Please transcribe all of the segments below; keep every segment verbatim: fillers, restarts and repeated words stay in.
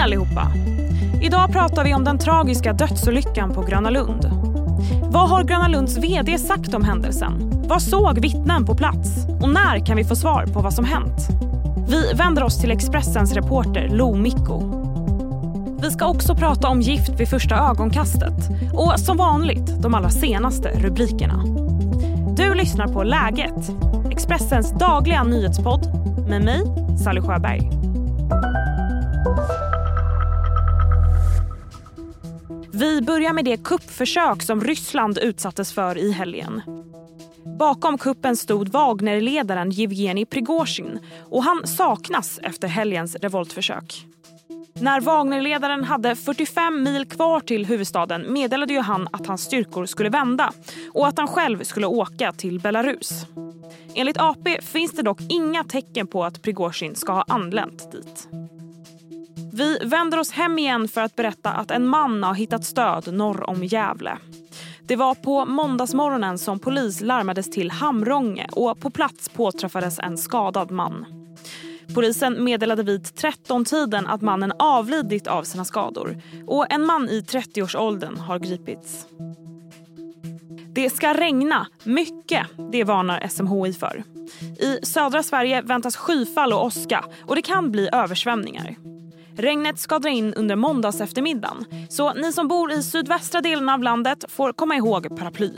allihopa! Idag pratar vi om den tragiska dödsolyckan på Gröna Lund. Vad har Gröna Lunds vd sagt om händelsen? Vad såg vittnen på plats? Och när kan vi få svar på vad som hänt? Vi vänder oss till Expressens reporter Lo Mikko. Vi ska också prata om gift vid första ögonkastet. Och som vanligt, de allra senaste rubrikerna. Du lyssnar på Läget, Expressens dagliga nyhetspodd med mig, Sally Sjöberg. Vi börjar med det kuppförsök som Ryssland utsattes för i helgen. Bakom kuppen stod Wagner-ledaren Yevgeni Prigozhin och han saknas efter helgens revoltförsök. När Wagner-ledaren hade fyrtiofem mil kvar till huvudstaden meddelade ju han att hans styrkor skulle vända och att han själv skulle åka till Belarus. Enligt A P finns det dock inga tecken på att Prigozhin ska ha anlänt dit. Vi vänder oss hem igen för att berätta att en man har hittat stöd norr om Gävle. Det var på måndagsmorgonen som polis larmades till Hamrånge och på plats påträffades en skadad man. Polisen meddelade vid tretton-tiden att mannen avlidit av sina skador och en man i trettioårsåldern har gripits. Det ska regna mycket, det varnar S M H I för. I södra Sverige väntas skyfall och åska och det kan bli översvämningar. Regnet ska dra in under måndags eftermiddagen, så ni som bor i sydvästra delen av landet får komma ihåg paraply.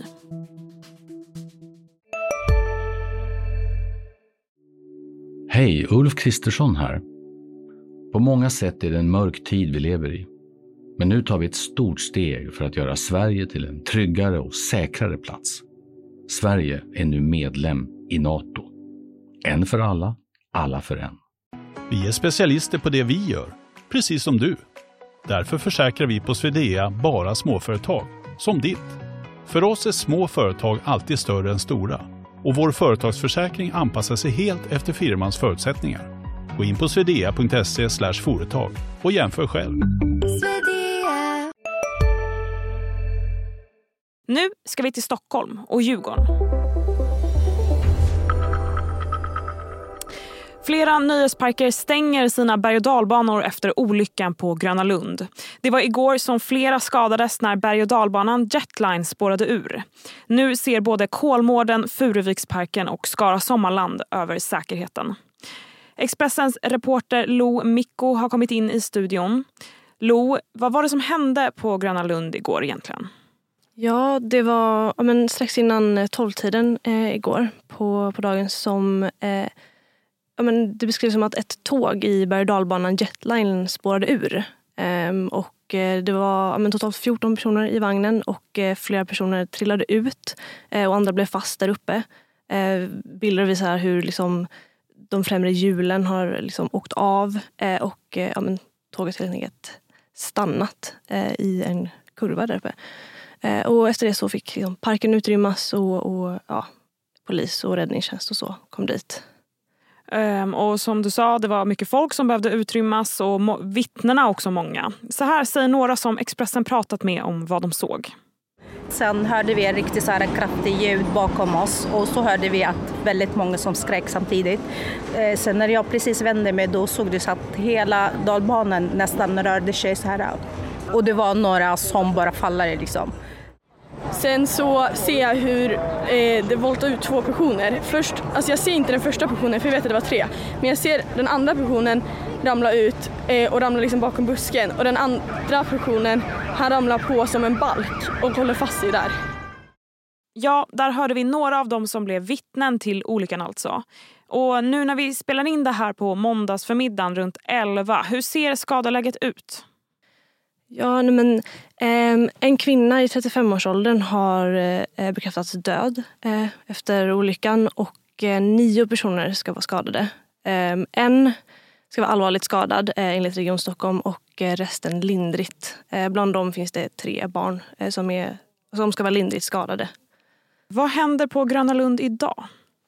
Hej, Ulf Kristersson här. På många sätt är det en mörk tid vi lever i. Men nu tar vi ett stort steg för att göra Sverige till en tryggare och säkrare plats. Sverige är nu medlem i NATO. En för alla, alla för en. Vi är specialister på det vi gör, precis som du. Därför försäkrar vi på Swedea bara småföretag, som ditt. För oss är små företag alltid större än stora. Och vår företagsförsäkring anpassar sig helt efter firmans förutsättningar. Gå in på swedea punkt se slash företag och jämför själv. Swedea. Nu ska vi till Stockholm och Djurgården. Flera nöjesparker stänger sina berg- och dalbanor efter olyckan på Gröna Lund. Det var igår som flera skadades när berg- och dalbanan Jetline spårade ur. Nu ser både Kolmården, Furuviksparken och Skara Sommarland över säkerheten. Expressens reporter Lo Mikko har kommit in i studion. Lo, vad var det som hände på Gröna Lund igår egentligen? Ja, det var ja, men strax innan tolvtiden eh, igår på, på dagen som... Eh, Ja, men det beskrivs som att ett tåg i berg- och dalbanan Jetline spårade ur. Ehm, och eh, det var ja, men totalt fjorton personer i vagnen och eh, flera personer trillade ut eh, och andra blev fast där uppe. Eh, bilder visar hur liksom, de främre hjulen har liksom, åkt av eh, och eh, ja, men, tåget helt enkelt stannat eh, i en kurva där uppe. Eh, och efter det så fick liksom, parken utrymmas och, och ja, polis och räddningstjänst och så kom dit. Um, och som du sa, det var mycket folk som behövde utrymmas och må- vittnena också många. Så här säger några som Expressen pratat med om vad de såg. Sen hörde vi en riktigt så här kraftig ljud bakom oss och så hörde vi att väldigt många som skrek samtidigt. Eh, sen när jag precis vände mig då såg det så att hela dalbanan nästan rörde sig så här. Och det var några som bara fallade liksom. Sen så ser jag hur eh, det voltar ut två personer. Först, alltså jag ser inte den första personen för jag vet att det var tre. Men jag ser den andra personen ramla ut eh, och ramla liksom bakom busken. Och den andra personen, han ramlar på som en balk och håller fast sig där. Ja, där hörde vi några av dem som blev vittnen till olyckan alltså. Och nu när vi spelar in det här på måndagsförmiddagen runt elva, hur ser skadeläget ut? Ja, men eh, en kvinna i trettiofem-årsåldern har eh, bekräftats död eh, efter olyckan och eh, nio personer ska vara skadade. Eh, en ska vara allvarligt skadad eh, enligt Region Stockholm och eh, resten lindrigt. Eh, bland dem finns det tre barn eh, som, är, som ska vara lindrigt skadade. Vad händer på Gröna Lund idag?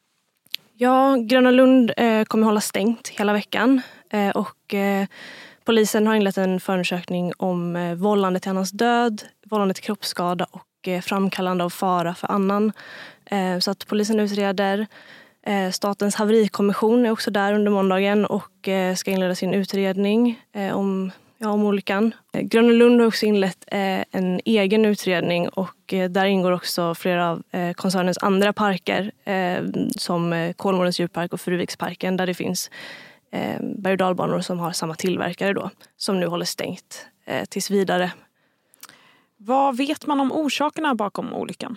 Ja, Gröna Lund eh, kommer hålla stängt hela veckan eh, och... Eh, Polisen har inlett en förundersökning om eh, vållande till annans död, vållande till kroppsskada och eh, framkallande av fara för annan. Eh, så att polisen utreder. Eh, Statens haverikommission är också där under måndagen och eh, ska inleda sin utredning eh, om Ja, om olyckan. Gröna Lund har också inlett eh, en egen utredning och eh, där ingår också flera av eh, koncernens andra parker eh, som eh, Kolmårdens djurpark och Furuviksparken där det finns eh, berg- och dalbanor som har samma tillverkare då, som nu håller stängt eh, tills vidare. Vad vet man om orsakerna bakom olyckan?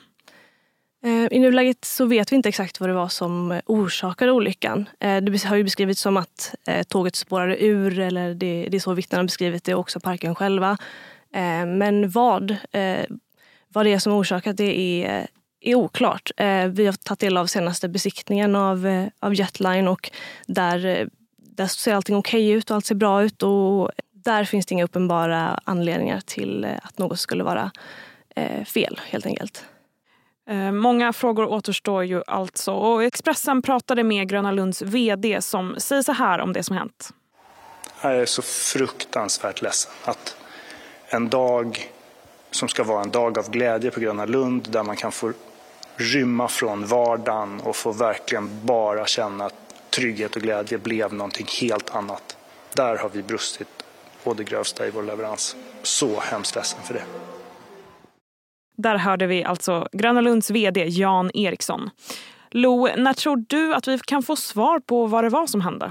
I nuläget så vet vi inte exakt vad det var som orsakade olyckan. Det har ju beskrivits som att tåget spårade ur, eller det, det är så vittnen har beskrivit det, också parken själva. Men vad, vad det är som orsakat det är, är oklart. Vi har tagit del av senaste besiktningen av, av Jetline och där, där ser allting okej ut och allt ser bra ut. Och där finns det inga uppenbara anledningar till att något skulle vara fel helt enkelt. Många frågor återstår ju alltså och Expressen pratade med Gröna Lunds vd som säger så här om det som hänt. Jag är så fruktansvärt ledsen att en dag som ska vara en dag av glädje på Gröna Lund där man kan få rymma från vardagen och få verkligen bara känna att trygghet och glädje blev någonting helt annat. Där har vi brustit både grövsta i vår leverans. Så hemskt ledsen för det. Där hörde vi alltså Gröna Lunds vd Jan Eriksson. Lo, när tror du att vi kan få svar på vad det var som hände?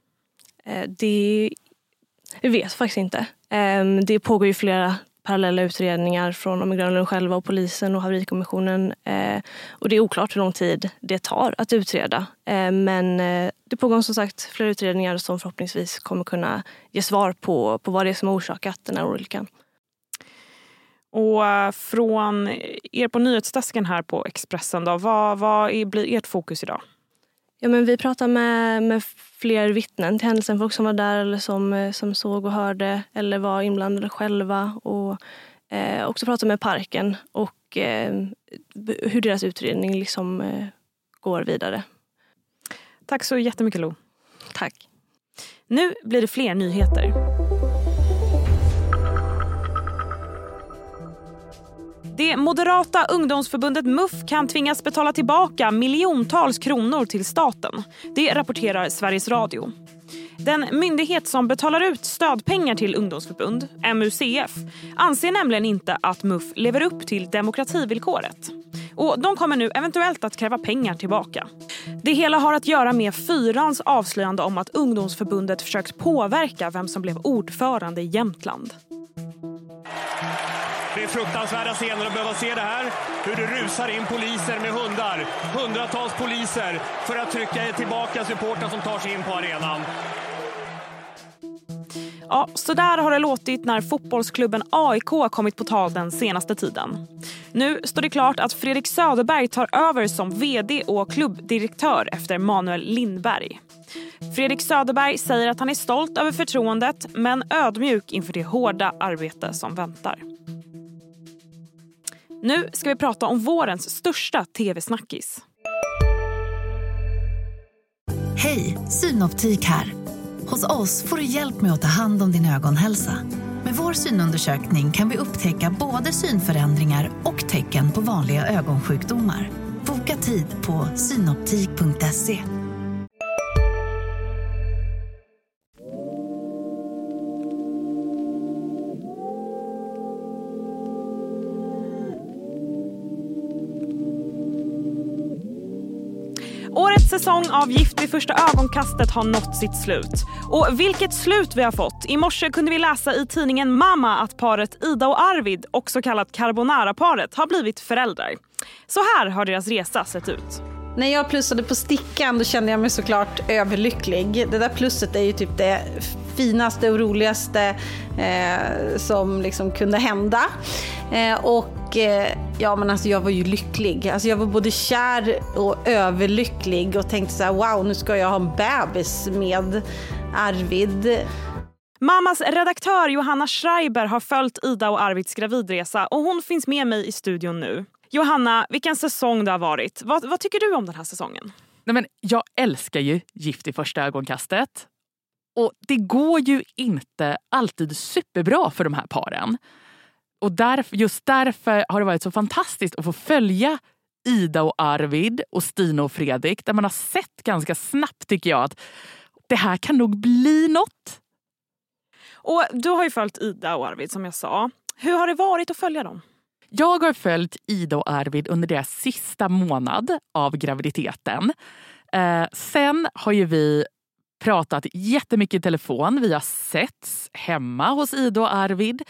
Det vi vet faktiskt inte. Det pågår ju flera parallella utredningar från Gröna Lund själva och polisen och haverikommissionen. Och det är oklart hur lång tid det tar att utreda. Men det pågår som sagt flera utredningar som förhoppningsvis kommer kunna ge svar på, på vad det är som har orsakat den här olyckan. Och från er på nyhetsdesken här på Expressen då, vad, vad är, blir ert fokus idag? Ja, men vi pratar med, med fler vittnen till händelsen, folk som var där eller som, som såg och hörde eller var inblandade själva och eh, också pratar med parken och eh, hur deras utredning liksom eh, går vidare. Tack så jättemycket Lo. Tack. Nu blir det fler nyheter. Det moderata ungdomsförbundet M U F kan tvingas betala tillbaka miljontals kronor till staten. Det rapporterar Sveriges Radio. Den myndighet som betalar ut stödpengar till ungdomsförbund, M U C F, anser nämligen inte att M U F lever upp till demokrativillkoret. Och de kommer nu eventuellt att kräva pengar tillbaka. Det hela har att göra med Fyrans avslöjande om att ungdomsförbundet försökt påverka vem som blev ordförande i Jämtland. Det är fruktansvärda scener att behöva se det här. Hur det rusar in poliser med hundar. Hundratals poliser för att trycka tillbaka supportrar som tar sig in på arenan. Ja, så där har det låtit när fotbollsklubben A I K har kommit på tal den senaste tiden. Nu står det klart att Fredrik Söderberg tar över som vd och klubbdirektör efter Manuel Lindberg. Fredrik Söderberg säger att han är stolt över förtroendet men ödmjuk inför det hårda arbete som väntar. Nu ska vi prata om vårens största tv-snackis. Hej, Synoptik här. Hos oss får du hjälp med att ta hand om din ögonhälsa. Med vår synundersökning kan vi upptäcka både synförändringar och tecken på vanliga ögonsjukdomar. Boka tid på synoptik punkt se. Årets säsong av Gift vid första ögonkastet har nått sitt slut. Och vilket slut vi har fått. I morse kunde vi läsa i tidningen Mamma att paret Ida och Arvid, också kallat Carbonara-paret, har blivit föräldrar. Så här har deras resa sett ut. När jag plussade på stickan då kände jag mig såklart överlycklig. Det där plusset är ju typ det finaste och roligaste eh, som liksom kunde hända. Eh, och eh, ja, men alltså jag var ju lycklig. Alltså jag var både kär och överlycklig och tänkte så här: wow, nu ska jag ha en bebis med Arvid. Mammas redaktör Johanna Schreiber har följt Ida och Arvids gravidresa och hon finns med mig i studion nu. Johanna, vilken säsong det har varit. Vad, vad tycker du om den här säsongen? Nej, men jag älskar ju Gift i första ögonkastet. Och det går ju inte alltid superbra för de här paren. Och därför, just därför har det varit så fantastiskt att få följa Ida och Arvid och Stina och Fredrik. Där man har sett ganska snabbt, tycker jag, att det här kan nog bli något. Och du har ju följt Ida och Arvid som jag sa. Hur har det varit att följa dem? Jag har följt Ida och Arvid under deras sista månad av graviditeten. Eh, sen har ju vi pratat jättemycket i telefon. Vi har setts hemma hos Ida och Arvid.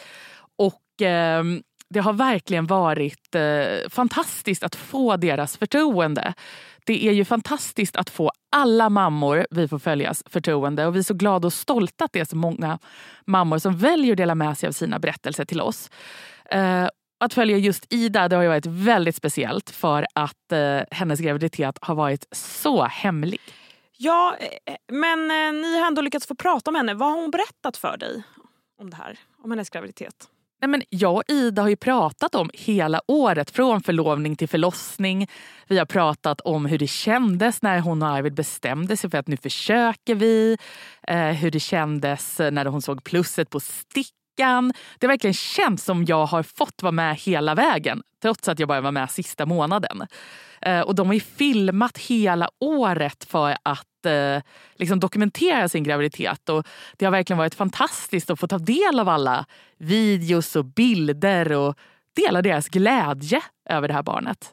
Och eh, det har verkligen varit eh, fantastiskt att få deras förtroende. Det är ju fantastiskt att få alla mammor vi får följas förtroende. Och vi är så glada och stolta att det är så många mammor som väljer att dela med sig av sina berättelser till oss. Eh, att följa just Ida, det har ju varit väldigt speciellt för att eh, hennes graviditet har varit så hemlig. Ja, men eh, ni har ändå lyckats få prata om henne. Vad har hon berättat för dig om det här? Om hennes graviditet? Nej, men jag och Ida har ju pratat om hela året, från förlovning till förlossning. Vi har pratat om hur det kändes när hon och Arvid bestämde sig för att nu försöker vi. Eh, hur det kändes när hon såg plusset på stickan. Det har verkligen känts som jag har fått vara med hela vägen, trots att jag bara var med sista månaden. Eh, och de har ju filmat hela året för att eh, liksom dokumentera sin graviditet. Och det har verkligen varit fantastiskt att få ta del av alla videos och bilder och dela deras glädje över det här barnet.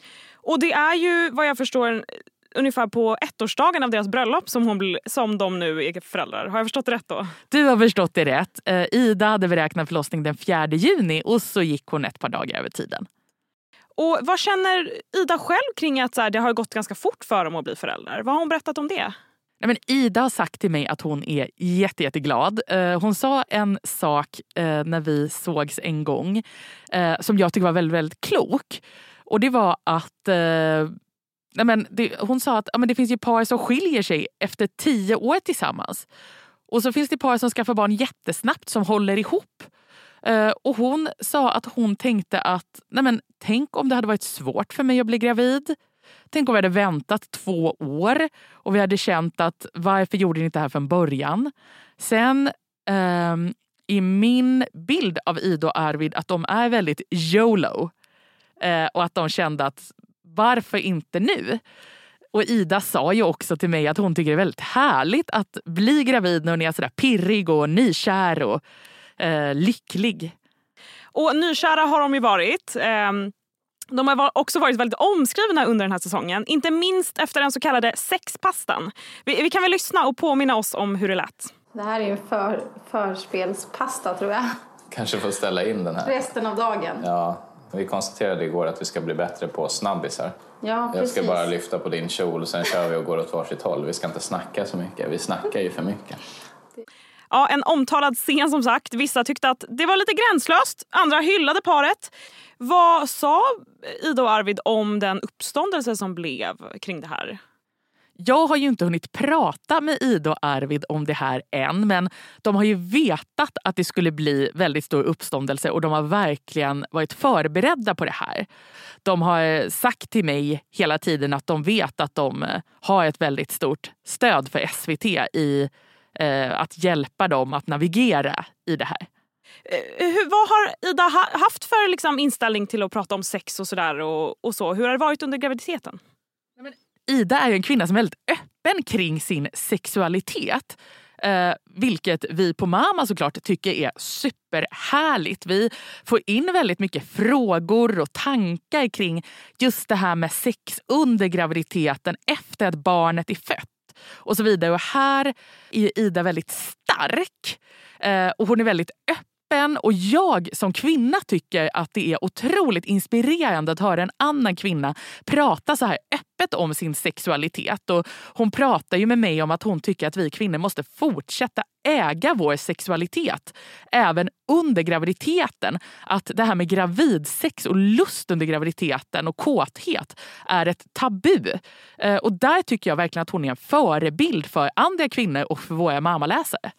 Och det är ju, vad jag förstår, ungefär på ettårsdagen av deras bröllop som, hon, som de nu är föräldrar. Har jag förstått det rätt då? Du har förstått det rätt. Eh, Ida hade beräknat förlossning den fjärde juni och så gick hon ett par dagar över tiden. Och vad känner Ida själv kring att så här, det har gått ganska fort för dem att bli föräldrar? Vad har hon berättat om det? Nej, men Ida har sagt till mig att hon är jätte, jätteglad. Eh, hon sa en sak eh, när vi sågs en gång eh, som jag tycker var väldigt, väldigt klok. Och det var att eh, nej, men det, hon sa att ja, men det finns ju par som skiljer sig efter tio år tillsammans. Och så finns det par som skaffar barn jättesnabbt som håller ihop. Uh, och hon sa att hon tänkte att nej men, tänk om det hade varit svårt för mig att bli gravid. Tänk om vi hade väntat två år och vi hade känt att varför gjorde ni inte det här från början? Sen um, i min bild av Ida och Arvid att de är väldigt YOLO uh, och att de kände att varför inte nu? Och Ida sa ju också till mig att hon tycker det är väldigt härligt att bli gravid när hon är sådär pirrig och nykär och Eh, lycklig. Och nykära har de ju varit. Eh, de har också varit väldigt omskrivna under den här säsongen. Inte minst efter den så kallade sexpastan. Vi, vi kan väl lyssna och påminna oss om hur det lät. Det här är ju för, förspelspasta tror jag. Kanske får ställa in den här. Resten av dagen. Ja, vi konstaterade igår att vi ska bli bättre på snabbisar. Ja, jag ska precis. bara lyfta på din kjol och sen kör vi och går åt varsitt håll. Vi ska inte snacka så mycket. Vi snackar ju för mycket. Ja, en omtalad scen som sagt. Vissa tyckte att det var lite gränslöst. Andra hyllade paret. Vad sa Ida och Arvid om den uppståndelse som blev kring det här? Jag har ju inte hunnit prata med Ida och Arvid om det här än. Men de har ju vetat att det skulle bli väldigt stor uppståndelse. Och de har verkligen varit förberedda på det här. De har sagt till mig hela tiden att de vet att de har ett väldigt stort stöd för S V T i att hjälpa dem att navigera i det här. Hur, vad har Ida ha, haft för liksom, inställning till att prata om sex och sådär och, och så? Hur har det varit under graviditeten? Men Ida är en kvinna som är väldigt öppen kring sin sexualitet. Eh, vilket vi på Mamma såklart tycker är superhärligt. Vi får in väldigt mycket frågor och tankar kring just det här med sex under graviditeten efter att barnet är fött. Och så vidare. Och här är Ida väldigt stark. Eh, och hon är väldigt öppen. Och jag som kvinna tycker att det är otroligt inspirerande att höra en annan kvinna prata så här öppet om sin sexualitet. Och hon pratar ju med mig om att hon tycker att vi kvinnor måste fortsätta äga vår sexualitet. Även under graviditeten. Att det här med gravidsex och lust under graviditeten och kåthet är ett tabu. Eh, och där tycker jag verkligen att hon är en förebild för andra kvinnor och för våra mammaläsare.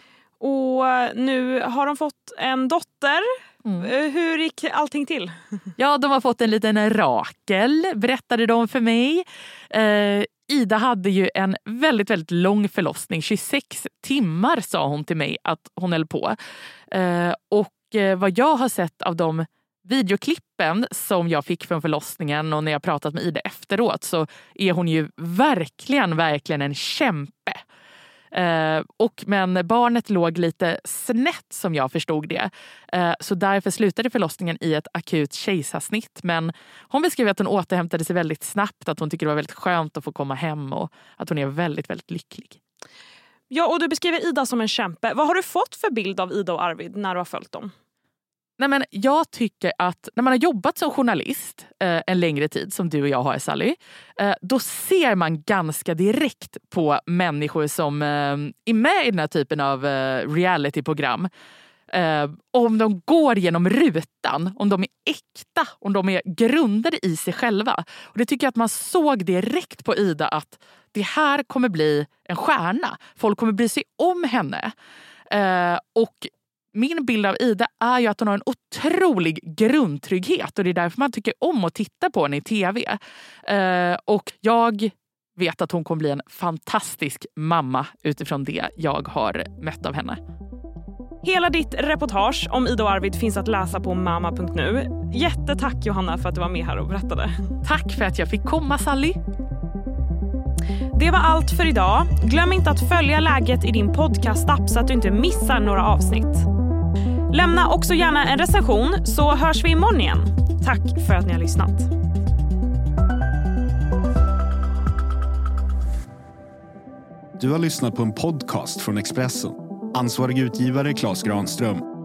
Och nu har de fått en dotter. Mm. Hur gick allting till? Ja, de har fått en liten Rakel, berättade de för mig. Eh, Ida hade ju en väldigt, väldigt lång förlossning. tjugosex timmar sa hon till mig att hon höll på. Eh, och eh, vad jag har sett av de videoklippen som jag fick från förlossningen och när jag pratat med Ida efteråt så är hon ju verkligen, verkligen en kämpe. Eh, och, men barnet låg lite snett som jag förstod det. Eh, så därför slutade förlossningen i ett akut kejsarsnitt. Men hon beskrev att hon återhämtade sig väldigt snabbt. Att hon tycker det var väldigt skönt att få komma hem och att hon är väldigt, väldigt lycklig. Ja, och du beskriver Ida som en kämpe. Vad har du fått för bild av Ida och Arvid när du har följt dem? Nej, men jag tycker att när man har jobbat som journalist eh, en längre tid, som du och jag har, Sally, eh, då ser man ganska direkt på människor som eh, är med i den här typen av eh, realityprogram. Eh, om de går genom rutan, om de är äkta, om de är grundade i sig själva. Och det tycker jag att man såg direkt på Ida, att det här kommer bli en stjärna. Folk kommer bry sig om henne. Eh, och min bild av Ida är ju att hon har en otrolig grundtrygghet. Och det är därför man tycker om att titta på henne i tv. Eh, och jag vet att hon kommer bli en fantastisk mamma utifrån det jag har mött av henne. Hela ditt reportage om Ida och Arvid finns att läsa på mamma punkt nu. Jättetack Johanna för att du var med här och berättade. Tack för att jag fick komma, Sally. Det var allt för idag. Glöm inte att följa läget i din podcast-app så att du inte missar några avsnitt. Lämna också gärna en recension så hörs vi imorgon igen. Tack för att ni har lyssnat. Du har lyssnat på en podcast från Expressen. Ansvarig utgivare Claes Granström.